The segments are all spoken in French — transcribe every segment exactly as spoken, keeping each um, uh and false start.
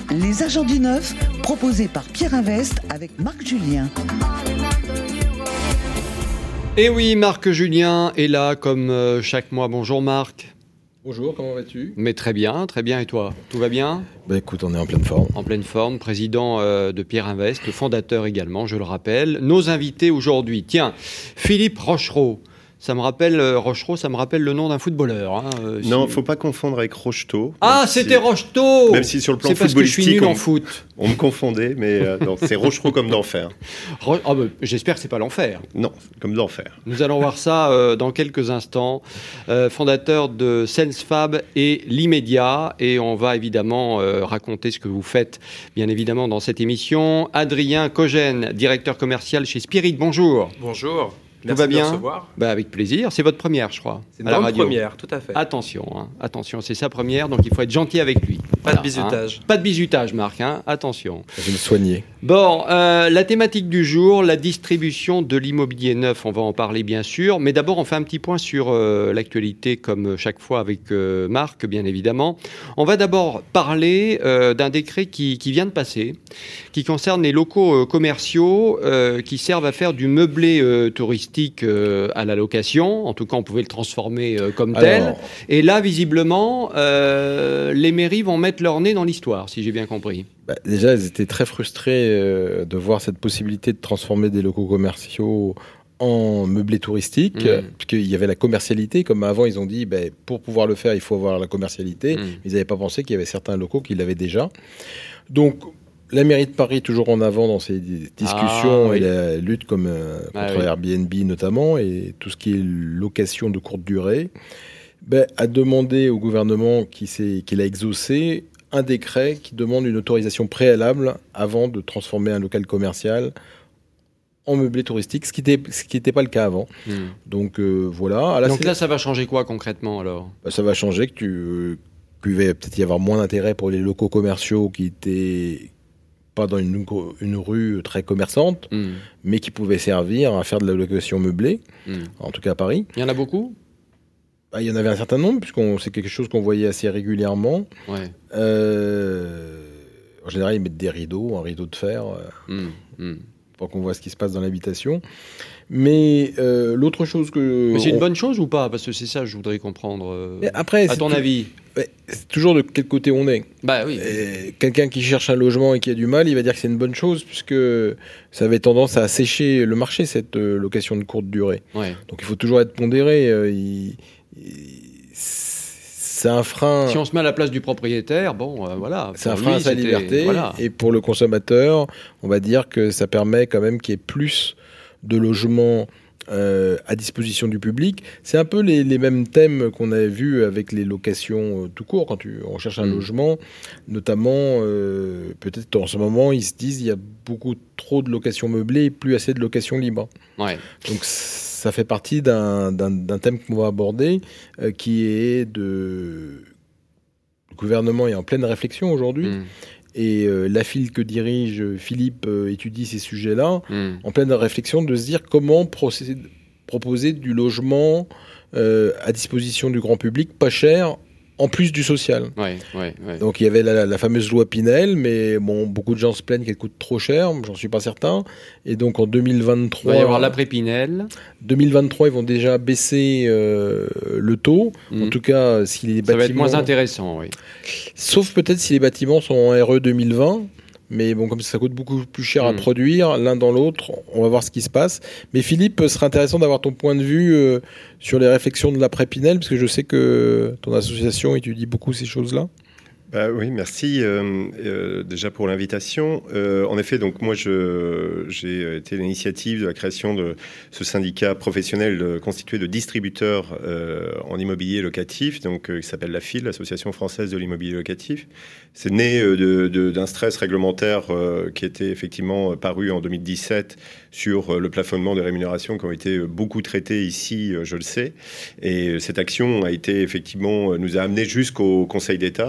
Les agents du neuf, proposés par Pierre Invest avec Marc Julien. Et oui, Marc Julien est là comme euh, chaque mois. Bonjour Marc. Bonjour, comment vas-tu ? Mais très bien, très bien. Et toi ? Tout va bien ? Bah écoute, on est en pleine forme. En pleine forme, président euh, de Pierre Invest, fondateur également, je le rappelle. Nos invités aujourd'hui, tiens, Philippe Rochereau. Ça me rappelle, euh, Rochereau, ça me rappelle le nom d'un footballeur. Hein, euh, non, il si... ne faut pas confondre avec Rocheteau. Ah, c'était si... Rocheteau. Même si sur le plan c'est footballistique, parce que je suis nul on, en foot. On me confondait, mais euh, non, c'est Rochereau comme d'enfer. Ro... Oh, bah, j'espère que c'est pas l'enfer. Non, comme d'enfer. Nous allons voir ça euh, dans quelques instants. Euh, fondateur de SenseFab et l'Immédiat, et on va évidemment euh, raconter ce que vous faites, bien évidemment, dans cette émission. Adrien Cogène, directeur commercial chez Spirit. Bonjour. Bonjour. Tout va bien ? De recevoir. Bah, avec plaisir. C'est votre première, je crois. C'est notre première, tout à fait. Attention, hein, attention, c'est sa première, donc il faut être gentil avec lui. Pas voilà, de bizutage. Hein. Pas de bizutage, Marc, hein, attention. Je vais me soigner. Bon, euh, la thématique du jour, la distribution de l'immobilier neuf, on va en parler bien sûr, mais d'abord on fait un petit point sur euh, l'actualité comme chaque fois avec euh, Marc, bien évidemment. On va d'abord parler euh, d'un décret qui, qui vient de passer, qui concerne les locaux euh, commerciaux euh, qui servent à faire du meublé euh, touristique euh, à la location. En tout cas, on pouvait le transformer euh, comme tel. Alors... Et là, visiblement, euh, les mairies vont mettre leur nez dans l'histoire, si j'ai bien compris. Bah, déjà, elles étaient très frustrées euh, de voir cette possibilité de transformer des locaux commerciaux en meublé touristique, mmh. puisqu'il y avait la commercialité. Comme avant, ils ont dit, bah, pour pouvoir le faire, il faut avoir la commercialité. Mmh. Ils n'avaient pas pensé qu'il y avait certains locaux qui l'avaient déjà. Donc, la mairie de Paris, toujours en avant dans ces discussions ah, oui. et la lutte comme, euh, contre ah, oui. Airbnb notamment, et tout ce qui est location de courte durée, bah, a demandé au gouvernement qui, s'est, qui l'a exaucé un décret qui demande une autorisation préalable avant de transformer un local commercial en meublé touristique, ce qui n'était pas le cas avant. Mmh. Donc euh, voilà. Là, Donc là, ça va changer quoi concrètement alors ? Bah, ça va changer que tu, euh, qu'il va peut-être y avoir moins d'intérêt pour les locaux commerciaux qui étaient pas dans une, une rue très commerçante, mmh. mais qui pouvaient servir à faire de la location meublée, mmh. en tout cas à Paris. Il y en a beaucoup ? Bah, il y en avait un certain nombre, puisqu'on c'est quelque chose qu'on voyait assez régulièrement. Ouais. Euh, en général, ils mettent des rideaux, un rideau de fer, euh, mmh, mmh. pour qu'on voit ce qui se passe dans l'habitation. Mais euh, l'autre chose que... Mais c'est on... une bonne chose ou pas ? Parce que c'est ça que je voudrais comprendre. Euh, Mais après, à ton tout... avis ? C'est toujours de quel côté on est. Bah oui. Et quelqu'un qui cherche un logement et qui a du mal, il va dire que c'est une bonne chose, puisque ça avait tendance à assécher le marché, cette euh, location de courte durée. Ouais. Donc il faut toujours être pondéré. Euh, il... C'est un frein. Si on se met à la place du propriétaire, bon, euh, voilà. C'est un frein à sa liberté. Voilà. Et pour le consommateur, on va dire que ça permet quand même qu'il y ait plus de logements euh, à disposition du public. C'est un peu les, les mêmes thèmes qu'on avait vus avec les locations euh, tout court, quand tu, on cherche un mmh. logement. Notamment, euh, peut-être en ce moment, ils se disent qu'il y a beaucoup trop de locations meublées et plus assez de locations libres. Ouais. Donc, ça fait partie d'un, d'un, d'un thème qu'on va aborder, euh, qui est de... Le gouvernement est en pleine réflexion aujourd'hui, mmh. et euh, la file que dirige Philippe euh, étudie ces sujets-là, mmh. en pleine réflexion de se dire comment procéder, proposer du logement euh, à disposition du grand public, pas cher, en plus du social. Ouais, ouais, ouais. Donc il y avait la, la fameuse loi Pinel, mais bon, beaucoup de gens se plaignent qu'elle coûte trop cher, j'en suis pas certain. Et donc en deux mille vingt-trois... Il va y avoir l'après-Pinel. deux mille vingt-trois, ils vont déjà baisser euh, le taux. Mmh. En tout cas, si les bâtiments... Ça va être moins intéressant, oui. Sauf peut-être si les bâtiments sont en R E deux mille vingt. Mais bon, comme ça coûte beaucoup plus cher mmh. à produire, l'un dans l'autre, on va voir ce qui se passe. Mais Philippe, ce serait intéressant d'avoir ton point de vue euh, sur les réflexions de l'après-Pinel, parce que je sais que ton association étudie beaucoup ces choses-là. Bah oui, merci euh, euh, déjà pour l'invitation. Euh, en effet, donc moi, je, j'ai été l'initiative de la création de ce syndicat professionnel euh, constitué de distributeurs euh, en immobilier locatif, donc euh, qui s'appelle la F I L, l'Association française de l'immobilier locatif. C'est né euh, de, de, d'un stress réglementaire euh, qui était effectivement paru en deux mille dix-sept sur euh, le plafonnement des rémunérations qui ont été beaucoup traités ici, euh, je le sais. Et cette action a été effectivement, nous a amené jusqu'au Conseil d'État et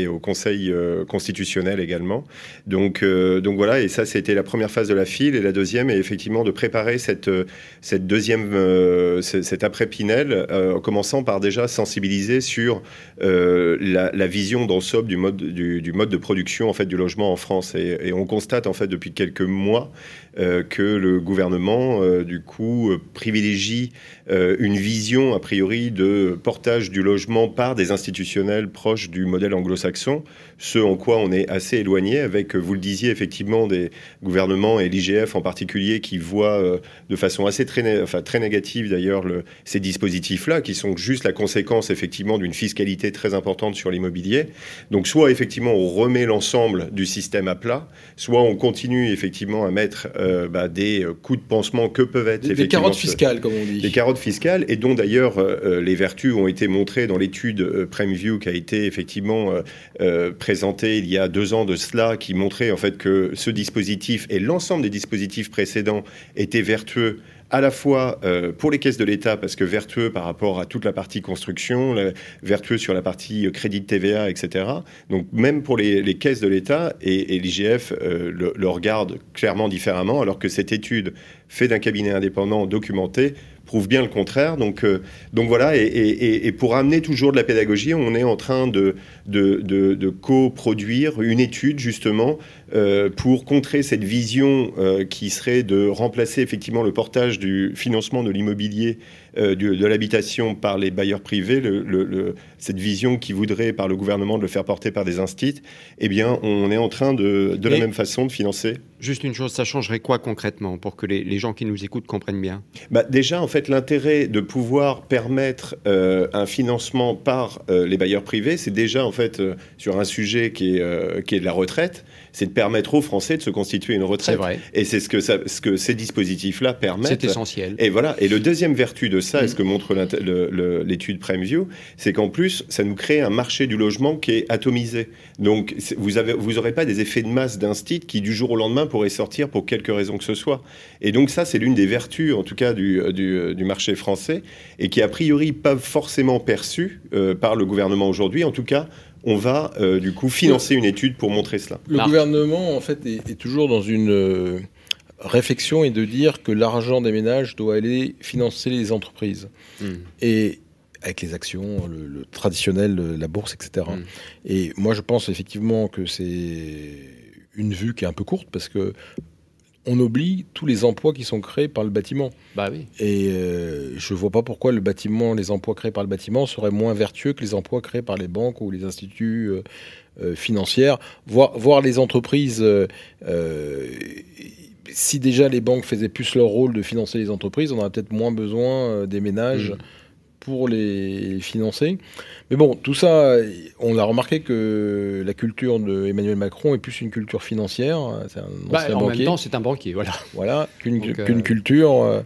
au Conseil euh, constitutionnel également. Donc, euh, donc voilà, et ça, c'était la première phase de la file. Et la deuxième est effectivement de préparer cette, cette deuxième, euh, cet après-Pinel, euh, en commençant par déjà sensibiliser sur euh, la, la vision d'ensemble du mode, du, du mode de production en fait, du logement en France. Et, et on constate en fait depuis quelques mois euh, que le gouvernement, euh, du coup, euh, privilégie euh, une vision, a priori, de portage du logement par des institutionnels proches du modèle anglo-saxon, ce en quoi on est assez éloigné, avec, vous le disiez, effectivement, des gouvernements et l'I G F en particulier qui voient euh, de façon assez très, enfin, très négative d'ailleurs le, ces dispositifs-là, qui sont juste la conséquence effectivement d'une fiscalité très importante sur l'immobilier. Donc soit effectivement on remet l'ensemble du système à plat, soit on continue effectivement à mettre euh, bah, des coups de pansement que peuvent être... Des, des carottes fiscales, comme on dit. Des carottes fiscales, et dont d'ailleurs euh, les vertus ont été montrées dans l'étude euh, PrimeView qui a été effectivement euh, euh, présentée il y a deux ans de cela, qui montrait en fait que ce dispositif et l'ensemble des dispositifs précédents étaient vertueux à la fois euh, pour les caisses de l'État, parce que vertueux par rapport à toute la partie construction, la, vertueux sur la partie crédit de T V A, et cetera. Donc même pour les, les caisses de l'État, et, et l'I G F euh, le, le regarde clairement différemment, alors que cette étude faite d'un cabinet indépendant documenté prouve bien le contraire. Donc, euh, donc voilà, et, et, et pour amener toujours de la pédagogie, on est en train de, de, de, de coproduire une étude justement euh, pour contrer cette vision euh, qui serait de remplacer effectivement le portage du financement de l'immobilier, euh, de, de l'habitation par les bailleurs privés, le, le, le, cette vision qui voudrait par le gouvernement de le faire porter par des instituts. Eh bien, on est en train de, de la même façon de financer. Juste une chose, ça changerait quoi concrètement pour que les, les gens qui nous écoutent comprennent bien ? Bah, déjà, en fait, l'intérêt de pouvoir permettre euh, un financement par euh, les bailleurs privés, c'est déjà en fait euh, sur un sujet qui est, euh, qui est de la retraite, c'est de permettre aux Français de se constituer une retraite. C'est vrai. Et c'est ce que, ça, ce que ces dispositifs-là permettent. C'est essentiel. Et voilà. Et le deuxième vertu de ça, mmh. et ce que montre le, le, l'étude PrimeView, c'est qu'en plus, ça nous crée un marché du logement qui est atomisé. Donc, vous avez, vous n'aurez pas des effets de masse d'instit qui, du jour au lendemain, pourraient sortir pour quelque raison que ce soit. Et donc ça, c'est l'une des vertus, en tout cas, du, du, du marché français, et qui, a priori, pas forcément perçue euh, par le gouvernement aujourd'hui. En tout cas, on va, euh, du coup, financer une étude pour montrer cela. Le Marc. gouvernement, en fait, est, est toujours dans une euh, réflexion et de dire que l'argent des ménages doit aller financer les entreprises. Mmh. Et avec les actions, le, le traditionnel, la bourse, et cetera. Mmh. Et moi, je pense effectivement que c'est une vue qui est un peu courte, parce que on oublie tous les emplois qui sont créés par le bâtiment. Bah oui. Et euh, je ne vois pas pourquoi le bâtiment, les emplois créés par le bâtiment seraient moins vertueux que les emplois créés par les banques ou les instituts euh, euh, financiers. Voir, voir les entreprises... Euh, euh, si déjà les banques faisaient plus leur rôle de financer les entreprises, on aurait peut-être moins besoin euh, des ménages... Mmh. pour les financer. Mais bon, tout ça, on a remarqué que la culture d'Emmanuel Macron est plus une culture financière. C'est un bah, en banquier. même temps, c'est un banquier, voilà. Voilà, qu'une, Donc, qu'une euh... culture...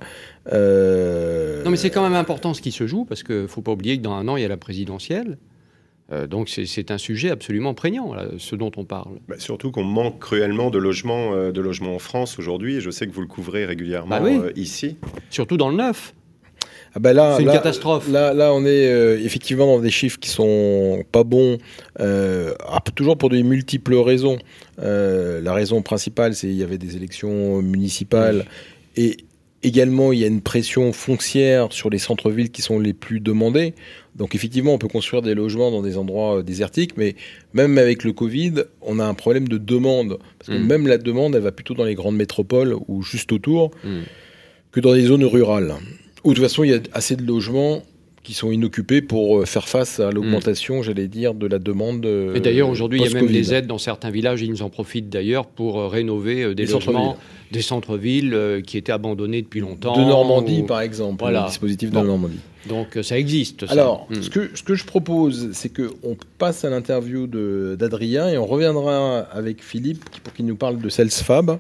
Euh... Non, mais c'est quand même important ce qui se joue, parce qu'il ne faut pas oublier que dans un an, il y a la présidentielle. Euh, donc c'est, c'est un sujet absolument prégnant, là, ce dont on parle. Bah, surtout qu'on manque cruellement de logements, euh, de logements en France aujourd'hui, et je sais que vous le couvrez régulièrement bah oui. euh, ici. Surtout dans le neuf. Ah bah là, c'est une là, catastrophe. Là, là, on est euh, effectivement dans des chiffres qui sont pas bons, euh, toujours pour de multiples raisons. Euh, la raison principale, c'est qu'il y avait des élections municipales, mmh. et également il y a une pression foncière sur les centres-villes qui sont les plus demandés. Donc effectivement, on peut construire des logements dans des endroits euh, désertiques, mais même avec le Covid, on a un problème de demande. Parce que mmh. même la demande, elle va plutôt dans les grandes métropoles ou juste autour, mmh. que dans des zones rurales. Ou de toute façon, il y a assez de logements qui sont inoccupés pour faire face à l'augmentation, mmh. j'allais dire, de la demande. Et d'ailleurs, aujourd'hui, il y a même des aides dans certains villages, ils en profitent d'ailleurs pour rénover des les logements, centres-villes. des centres-villes euh, qui étaient abandonnés depuis longtemps. De Normandie, ou... par exemple, voilà. le dispositif bon. de Normandie. Donc ça existe. Ça. Alors, mmh. ce, que, ce que je propose, c'est qu'on passe à l'interview de, d'Adrien, et on reviendra avec Philippe pour qu'il nous parle de Celsfab.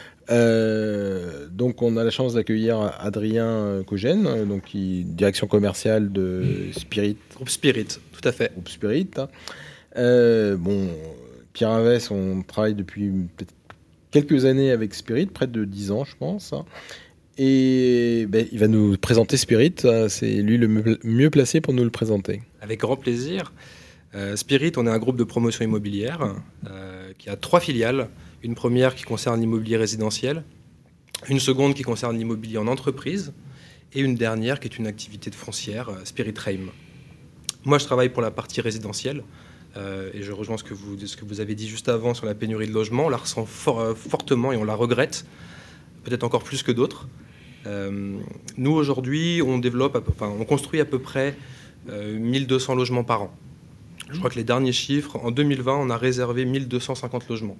Euh, donc on a la chance d'accueillir Adrien Cogène, donc qui direction commerciale de Spirit. Groupe Spirit, tout à fait. Groupe Spirit. Euh, bon, Pierre Invest, on travaille depuis peut-être quelques années avec Spirit, près de dix ans, je pense. Et ben, il va nous présenter Spirit. C'est lui le mieux placé pour nous le présenter. Avec grand plaisir. Euh, Spirit, on est un groupe de promotion immobilière euh, qui a trois filiales. Une première qui concerne l'immobilier résidentiel, une seconde qui concerne l'immobilier en entreprise et une dernière qui est une activité de foncière, euh, Spirit Reim. Moi, je travaille pour la partie résidentielle euh, et je rejoins ce que, vous, ce que vous avez dit juste avant sur la pénurie de logement. On la ressent for- euh, fortement et on la regrette, peut-être encore plus que d'autres. Euh, nous, aujourd'hui, on, développe à peu, enfin, on construit à peu près euh, mille deux cents logements par an. Je crois que les derniers chiffres, en deux mille vingt, on a réservé mille deux cent cinquante logements.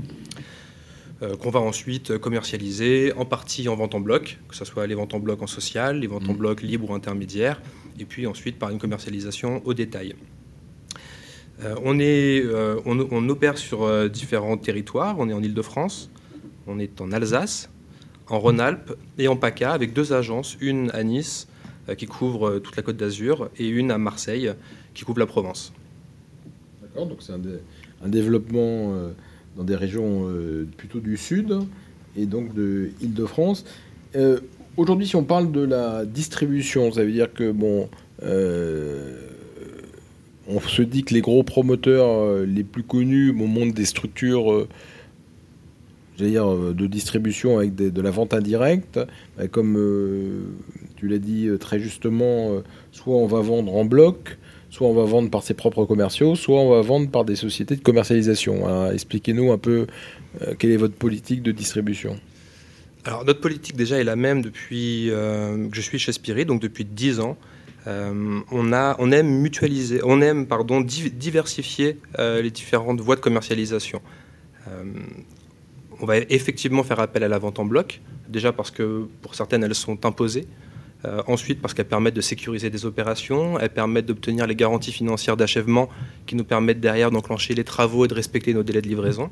Euh, qu'on va ensuite commercialiser, en partie en vente en bloc, que ce soit les ventes en bloc en social, les ventes mmh. en bloc libres ou intermédiaires, et puis ensuite par une commercialisation au détail. Euh, on, est, euh, on, on opère sur euh, différents territoires. On est en Île-de-France, on est en Alsace, en Rhône-Alpes et en PACA, avec deux agences, une à Nice euh, qui couvre euh, toute la Côte d'Azur et une à Marseille qui couvre la Provence. D'accord, donc c'est un, dé- un développement... Euh... dans des régions euh, plutôt du sud et donc de Île-de-France. Euh, aujourd'hui, si on parle de la distribution, ça veut dire que bon, euh, on se dit que les gros promoteurs euh, les plus connus bon, montent des structures, euh, j'allais dire, de distribution avec des, de la vente indirecte, bah, comme euh, tu l'as dit très justement, euh, soit on va vendre en bloc, soit on va vendre par ses propres commerciaux, soit on va vendre par des sociétés de commercialisation. Alors, expliquez-nous un peu euh, quelle est votre politique de distribution. Alors, notre politique, déjà, est la même depuis euh, que je suis chez Spirit, donc depuis dix ans. Euh, on, a, on aime mutualiser, on aime pardon, diversifier euh, les différentes voies de commercialisation. Euh, on va effectivement faire appel à la vente en bloc, déjà parce que pour certaines, elles sont imposées. Euh, ensuite, parce qu'elles permettent de sécuriser des opérations, elles permettent d'obtenir les garanties financières d'achèvement qui nous permettent derrière d'enclencher les travaux et de respecter nos délais de livraison.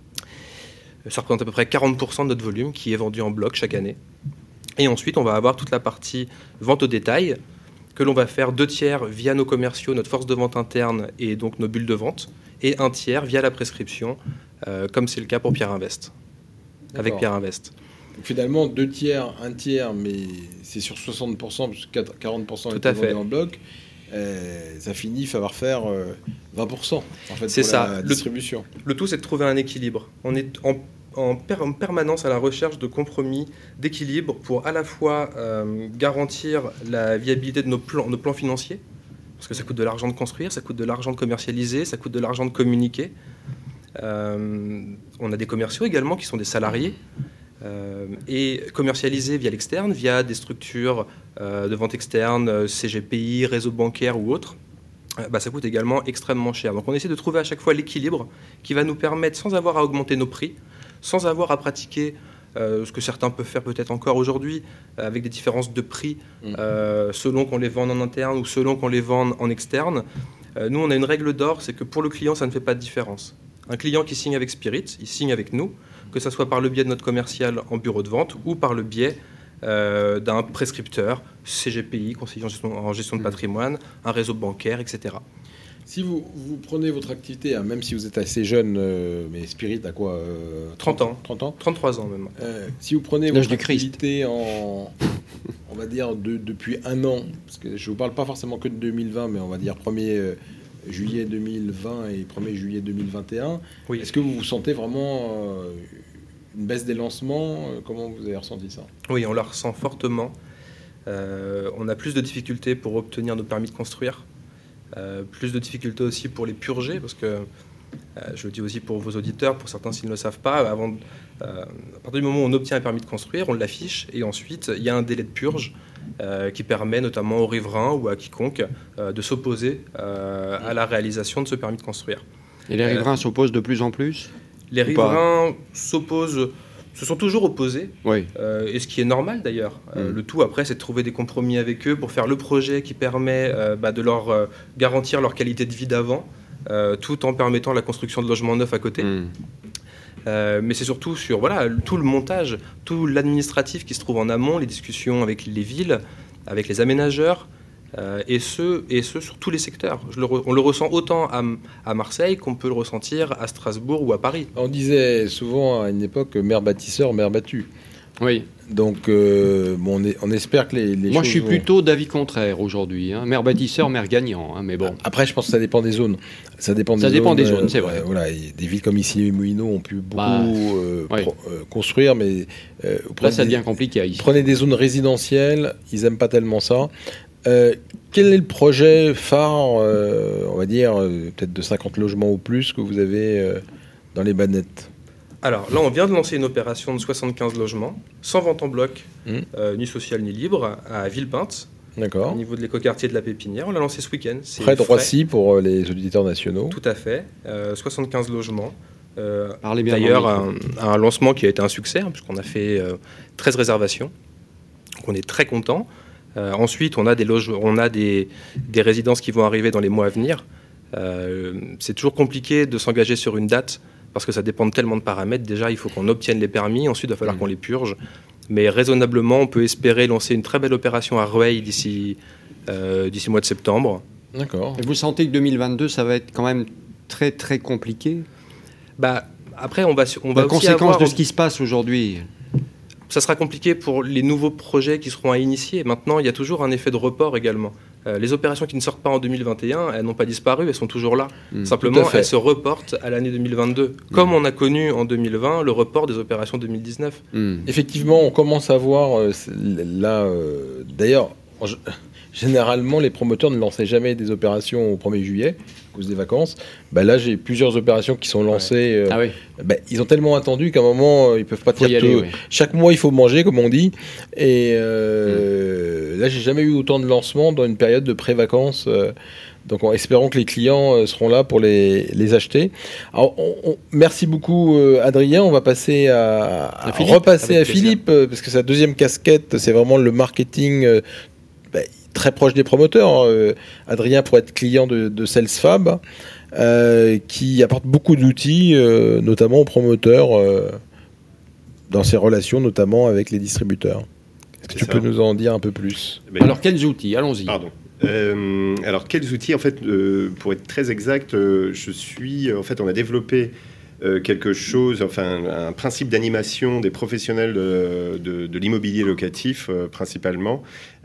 Ça représente à peu près quarante pour cent de notre volume qui est vendu en bloc chaque année. Et ensuite, on va avoir toute la partie vente au détail que l'on va faire deux tiers via nos commerciaux, notre force de vente interne et donc nos bulles de vente, et un tiers via la prescription, euh, comme c'est le cas pour Pierre Invest, D'accord. avec Pierre Invest. Donc finalement, deux tiers, un tiers, mais c'est sur soixante pour cent, parce que quarante pour cent est vendu en bloc. Euh, ça finit par faire euh, vingt pour cent en fait, c'est pour ça. la distribution. Le, le tout, c'est de trouver un équilibre. On est en, en, per, en permanence à la recherche de compromis, d'équilibre pour à la fois euh, garantir la viabilité de nos plans, nos plans financiers, parce que ça coûte de l'argent de construire, ça coûte de l'argent de commercialiser, ça coûte de l'argent de communiquer. Euh, on a des commerciaux également qui sont des salariés. Euh, et commercialisé via l'externe, via des structures euh, de vente externe, C G P I, réseau bancaire ou autre, euh, bah, ça coûte également extrêmement cher. Donc on essaie de trouver à chaque fois l'équilibre qui va nous permettre, sans avoir à augmenter nos prix, sans avoir à pratiquer euh, ce que certains peuvent faire peut-être encore aujourd'hui, euh, avec des différences de prix euh, selon qu'on les vende en interne ou selon qu'on les vende en externe. Euh, nous, on a une règle d'or, c'est que pour le client, ça ne fait pas de différence. Un client qui signe avec Spirit, il signe avec nous, que ce soit par le biais de notre commercial en bureau de vente ou par le biais euh, d'un prescripteur, C G P I, conseiller en gestion, en gestion de patrimoine, un réseau bancaire, et cetera. Si vous, vous prenez votre activité, hein, même si vous êtes assez jeune, euh, mais Spirit à quoi euh, trente ans. trente ans trente-trois ans même. Euh, si vous prenez votre activité en, on va dire, de, depuis un an, parce que je ne vous parle pas forcément que de deux mille vingt, mais on va dire premier euh, juillet deux mille vingt et premier juillet deux mille vingt et un, oui. Est-ce que vous vous sentez vraiment euh, une baisse des lancements? Comment vous avez ressenti ça? Oui, on la ressent fortement. Euh, on a plus de difficultés pour obtenir nos permis de construire. Euh, plus de difficultés aussi pour les purger, parce que, euh, je le dis aussi pour vos auditeurs, pour certains s'ils ne le savent pas, avant, euh, à partir du moment où on obtient un permis de construire, on l'affiche, et ensuite il y a un délai de purge euh, qui permet notamment aux riverains ou à quiconque euh, de s'opposer euh, à la réalisation de ce permis de construire. Et les riverains euh, s'opposent de plus en plus? Les riverains s'opposent... se sont toujours opposés, oui. euh, et ce qui est normal d'ailleurs. Mmh. Euh, le tout après, c'est de trouver des compromis avec eux pour faire le projet qui permet euh, bah, de leur euh, garantir leur qualité de vie d'avant, euh, tout en permettant la construction de logements neufs à côté. Mmh. Euh, mais c'est surtout sur voilà, tout le montage, tout l'administratif qui se trouve en amont, les discussions avec les villes, avec les aménageurs, Euh, et, ce, et ce sur tous les secteurs. Je le re, on le ressent autant à, à Marseille qu'on peut le ressentir à Strasbourg ou à Paris. On disait souvent à une époque maire bâtisseur, maire battu. Oui. Donc, euh, bon, on, est, on espère que les, les Moi, choses je suis vont... plutôt d'avis contraire aujourd'hui. Hein. Maire bâtisseur, maire gagnant. Hein, mais bon. Après, je pense que ça dépend des zones. Ça dépend des ça zones, dépend des euh, zones, c'est vrai. Euh, voilà, des villes comme ici, les Moulineaux ont pu beaucoup Bah, euh, ouais. pro, euh, construire, mais euh, Là, ça des, devient compliqué ici. Prenez des zones résidentielles, ils n'aiment pas tellement ça. Euh, quel est le projet phare, euh, on va dire, euh, peut-être de cinquante logements ou plus que vous avez euh, dans les Bannettes? Alors là, on vient de lancer une opération de soixante-quinze logements, sans vente en bloc, Mmh. euh, ni social ni libre, à Villepinte, D'accord. au niveau de l'écoquartier de la Pépinière. On l'a lancé ce week-end. C'est Près de frais. Roissy pour euh, les auditeurs nationaux. Tout à fait. Euh, soixante-quinze logements. Euh, Parlez bien D'ailleurs, dans le un, un lancement qui a été un succès, hein, puisqu'on a fait euh, treize réservations. Donc on est très contents. Euh, ensuite, on a, des, loge- on a des, des résidences qui vont arriver dans les mois à venir. Euh, c'est toujours compliqué de s'engager sur une date, parce que ça dépend de tellement de paramètres. Déjà, il faut qu'on obtienne les permis. Ensuite, il va falloir Mmh. qu'on les purge. Mais raisonnablement, on peut espérer lancer une très belle opération à Rueil d'ici euh, d'ici le mois de septembre. D'accord. Et vous sentez que deux mille vingt-deux, ça va être quand même très, très compliqué? Bah, après, on va, su- on va La aussi conséquence avoir... de ce qui se passe aujourd'hui. Ça sera compliqué pour les nouveaux projets qui seront à initier. Maintenant, il y a toujours un effet de report également. Euh, les opérations qui ne sortent pas en deux mille vingt et un, elles n'ont pas disparu, elles sont toujours là. Mmh, Simplement, tout à fait. elles se reportent à l'année deux mille vingt-deux. Comme on a connu en deux mille vingt le report des opérations deux mille dix-neuf. Mmh. Effectivement, on commence à voir euh, c'est- là. euh, D'ailleurs, en g- généralement, les promoteurs ne lançaient jamais des opérations au premier juillet à cause des vacances. Bah, là, j'ai plusieurs opérations qui sont lancées. euh, Ah oui, bah, ils ont tellement attendu qu'à un moment, euh, ils peuvent pas faut y dire aller. tout. Oui. Chaque mois, il faut manger, comme on dit. Et euh, là, j'ai jamais eu autant de lancements dans une période de pré-vacances. euh, donc, en espérant que les clients euh, seront là pour les, les acheter. Alors, on- on- merci beaucoup, euh, Adrien. On va passer à, à Philippe. repasser Avec à plaisir. Philippe, euh, parce que sa deuxième casquette, c'est vraiment le marketing euh, bah, très proche des promoteurs. Euh, Adrien, pour être client de, de SalesFab, euh, qui apporte beaucoup d'outils, euh, notamment aux promoteurs, euh, dans ses relations, notamment avec les distributeurs. Est-ce que C'est tu ça. peux nous en dire un peu plus? Ben, Alors, quels outils? Allons-y. Pardon. Euh, alors, quels outils? En fait, euh, pour être très exact, euh, je suis. En fait, on a développé euh, quelque chose, enfin, un principe d'animation des professionnels de, de- de l'immobilier locatif, euh, principalement,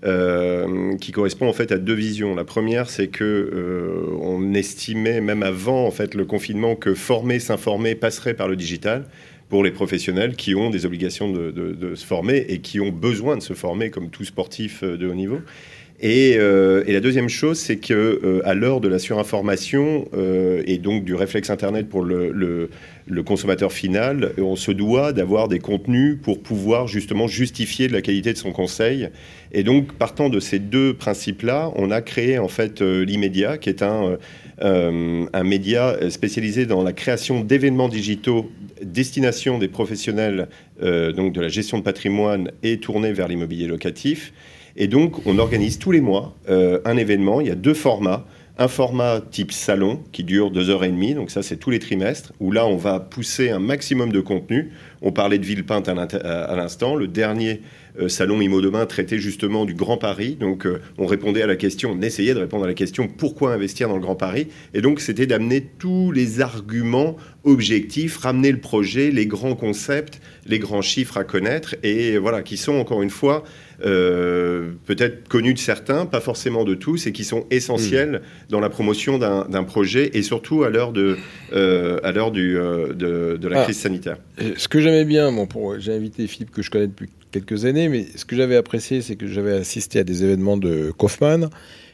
euh, qui correspond en fait à deux visions. La première, c'est que euh, on estimait, même avant en fait le confinement, que former, s'informer passerait par le digital pour les professionnels qui ont des obligations de, de- de se former et qui ont besoin de se former, comme tout sportif euh, de haut niveau. Et, euh, et la deuxième chose, c'est que euh, à l'heure de la surinformation euh, et donc du réflexe Internet pour le, le, le consommateur final, on se doit d'avoir des contenus pour pouvoir justement justifier de la qualité de son conseil. Et donc, partant de ces deux principes-là, on a créé en fait euh, l'Immédiat, qui est un, euh, un média spécialisé dans la création d'événements digitaux destination des professionnels euh, donc de la gestion de patrimoine et tournés vers l'immobilier locatif. Et donc, on organise tous les mois euh, un événement. Il y a deux formats. Un format type salon qui dure deux heures et demie, donc ça c'est tous les trimestres, où là on va pousser un maximum de contenu. On parlait de Villepinte à l'int- à l'instant. Le dernier euh, salon Imo Demain traitait justement du Grand Paris. Donc euh, on répondait à la question, on essayait de répondre à la question pourquoi investir dans le Grand Paris. Et donc c'était d'amener tous les arguments objectifs, ramener le projet, les grands concepts, les grands chiffres à connaître, et voilà, qui sont encore une fois euh, peut-être connus de certains, pas forcément de tous, et qui sont essentiels mmh. dans la promotion d'un, d'un projet, et surtout à l'heure, de, euh, à l'heure du, euh, de, de la Ah. crise sanitaire. Ce que j'aimais bien, bon, pour, j'ai invité Philippe que je connais depuis quelques années, mais ce que j'avais apprécié, c'est que j'avais assisté à des événements de Kaufmann,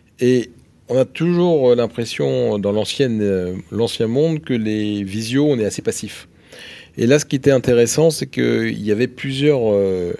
et on a toujours l'impression dans l'ancienne, euh, l'ancien monde que les visios, on est assez passif. Et là, ce qui était intéressant, c'est qu'il y avait plusieurs euh,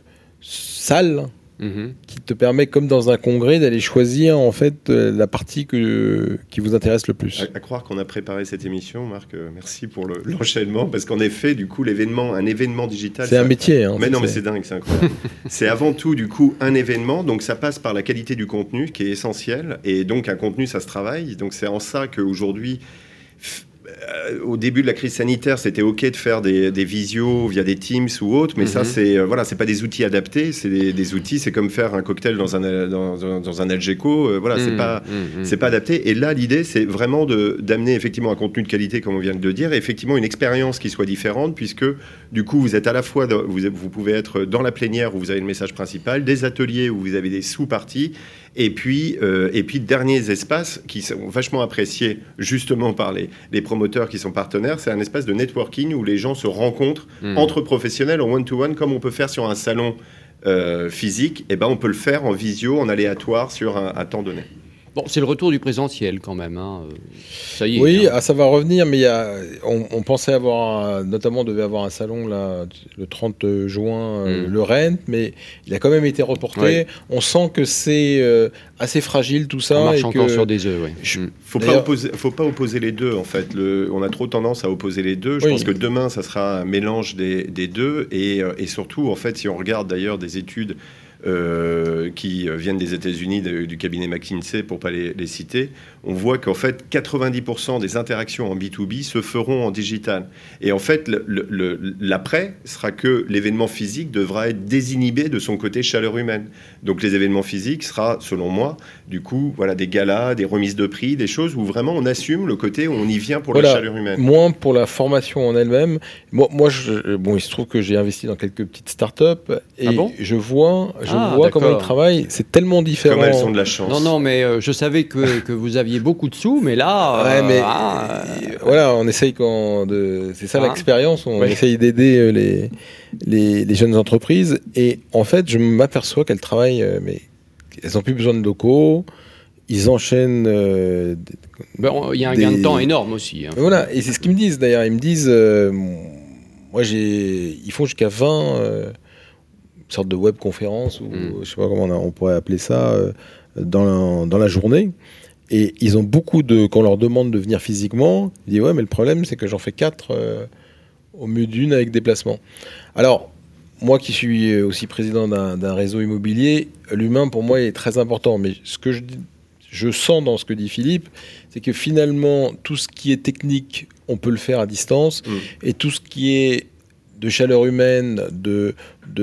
salles Mmh. qui te permet, comme dans un congrès, d'aller choisir en fait euh, la partie que, qui vous intéresse le plus. À, à croire qu'on a préparé cette émission, Marc, euh, merci pour le, l'enchaînement, parce qu'en effet, du coup, l'événement, un événement digital... C'est ça, un métier. Hein, mais non, c'est... mais c'est dingue, c'est incroyable. C'est avant tout, du coup, un événement, donc ça passe par la qualité du contenu, qui est essentielle, et donc un contenu, ça se travaille, donc c'est en ça qu'aujourd'hui... F- au début de la crise sanitaire, c'était OK de faire des, des visios via des Teams ou autres, mais mm-hmm. ça, c'est euh, voilà, c'est pas des outils adaptés, c'est des, des outils, c'est comme faire un cocktail dans un dans, dans un Algeco, euh, voilà, mm-hmm. c'est pas mm-hmm. c'est pas adapté. Et là, l'idée, c'est vraiment de d'amener effectivement un contenu de qualité, comme on vient de le dire, et effectivement une expérience qui soit différente, puisque du coup, vous êtes à la fois dans, vous vous pouvez être dans la plénière où vous avez le message principal, des ateliers où vous avez des sous-parties. Et puis, euh, et puis, derniers espaces qui sont vachement appréciés justement par les, les promoteurs qui sont partenaires, c'est un espace de networking où les gens se rencontrent mmh. entre professionnels en one-to-one, comme on peut faire sur un salon euh, physique, et ben on peut le faire en visio, en aléatoire, sur un, un temps donné. Bon, c'est le retour du présentiel quand même. Hein. Ça y est. Oui, hein. ah, ça va revenir, mais il y a, on, on pensait avoir, un, notamment, on devait avoir un salon là, le trente juin, euh, mm. le Rennes, mais il a quand même été reporté. Oui. On sent que c'est euh, assez fragile tout ça. On marche et encore que, sur des œufs, oui. Il ne faut pas opposer, faut pas opposer les deux, en fait. Le, on a trop tendance à opposer les deux. Je oui. pense que demain, ça sera un mélange des, des deux. Et, et surtout, en fait, si on regarde d'ailleurs des études Euh, qui viennent des États-Unis, de, du cabinet McKinsey, pour ne pas les, les citer, on voit qu'en fait, quatre-vingt-dix pour cent des interactions en B deux B se feront en digital. Et en fait, le, le, l'après sera que l'événement physique devra être désinhibé de son côté chaleur humaine. Donc les événements physiques sera, selon moi, du coup, voilà, des galas, des remises de prix, des choses où vraiment on assume le côté où on y vient pour voilà, la chaleur humaine. Moins pour la formation en elle-même. Moi, moi je, bon, il se trouve que j'ai investi dans quelques petites startups et ah bon je vois... Je Ah, vois d'accord. comment ils travaillent, c'est tellement différent. Comme elles ont de la chance. Non, non, mais euh, je savais que, que vous aviez beaucoup de sous, mais là... Ouais, mais ah, euh, voilà, on essaye quand de... C'est ça ah. l'expérience, on ouais. essaye d'aider les, les, les jeunes entreprises. Et en fait, je m'aperçois qu'elles travaillent, mais elles n'ont plus besoin de locaux. Ils enchaînent... Euh, il ben, y a un des... gain de temps énorme aussi. Hein. Voilà, et c'est ce qu'ils me disent d'ailleurs. Ils me disent... Euh, moi, j'ai... Ils font jusqu'à vingt... Euh, sorte de webconférence ou mm. je sais pas comment on, a, on pourrait appeler ça euh, dans, la, dans la journée, et ils ont beaucoup de, quand on leur demande de venir physiquement, ils disent ouais, mais le problème c'est que j'en fais quatre euh, au mieux d'une avec déplacement. Alors moi qui suis aussi président d'un, d'un réseau immobilier, l'humain pour moi est très important, mais ce que je, je sens dans ce que dit Philippe, c'est que finalement tout ce qui est technique on peut le faire à distance, mm. et tout ce qui est de chaleur humaine, de,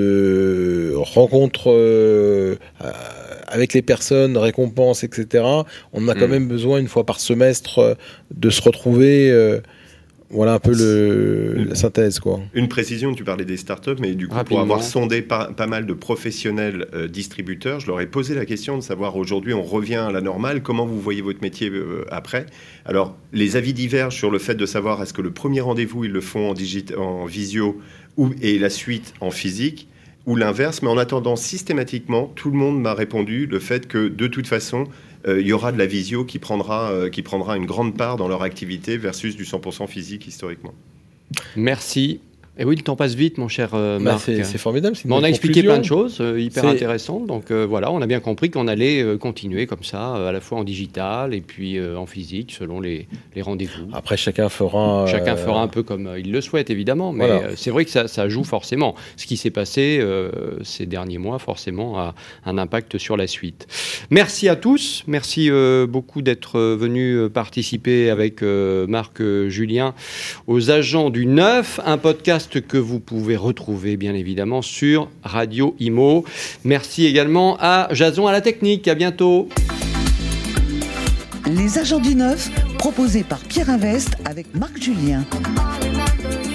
de rencontres euh, avec les personnes, récompenses, et cetera. On a mmh. quand même besoin, une fois par semestre, de se retrouver. Euh, voilà un peu le, la synthèse, quoi. Une précision, tu parlais des startups, mais du coup, Rapidement. pour avoir sondé pas, pas mal de professionnels euh, distributeurs, je leur ai posé la question de savoir, aujourd'hui, on revient à la normale, comment vous voyez votre métier euh, après ? Alors, les avis divergent sur le fait de savoir est-ce que le premier rendez-vous, ils le font en, digit- en visio ou, et la suite en physique, ou l'inverse. Mais en attendant, systématiquement, tout le monde m'a répondu le fait que, de toute façon, il euh, y aura de la visio qui prendra, euh, qui prendra une grande part dans leur activité versus du cent pour cent physique historiquement. Merci. Et oui, le temps passe vite, mon cher euh, Marc. Bah c'est, c'est formidable. C'est on a conclusion. expliqué plein de choses euh, hyper c'est... intéressantes. Donc euh, voilà, on a bien compris qu'on allait euh, continuer comme ça, euh, à la fois en digital et puis euh, en physique, selon les, les rendez-vous. Après, chacun fera... Chacun euh... fera un peu comme euh, il le souhaite, évidemment. Mais voilà. euh, c'est vrai que ça, ça joue forcément. Ce qui s'est passé euh, ces derniers mois, forcément, a un impact sur la suite. Merci à tous. Merci euh, beaucoup d'être venus participer avec euh, Marc euh, Julien aux Agents du Neuf, un podcast que vous pouvez retrouver bien évidemment sur Radio Imo. Merci également à Jason à la technique. À bientôt. Les Agents du Neuf, proposés par Pierre Invest avec Marc Julien.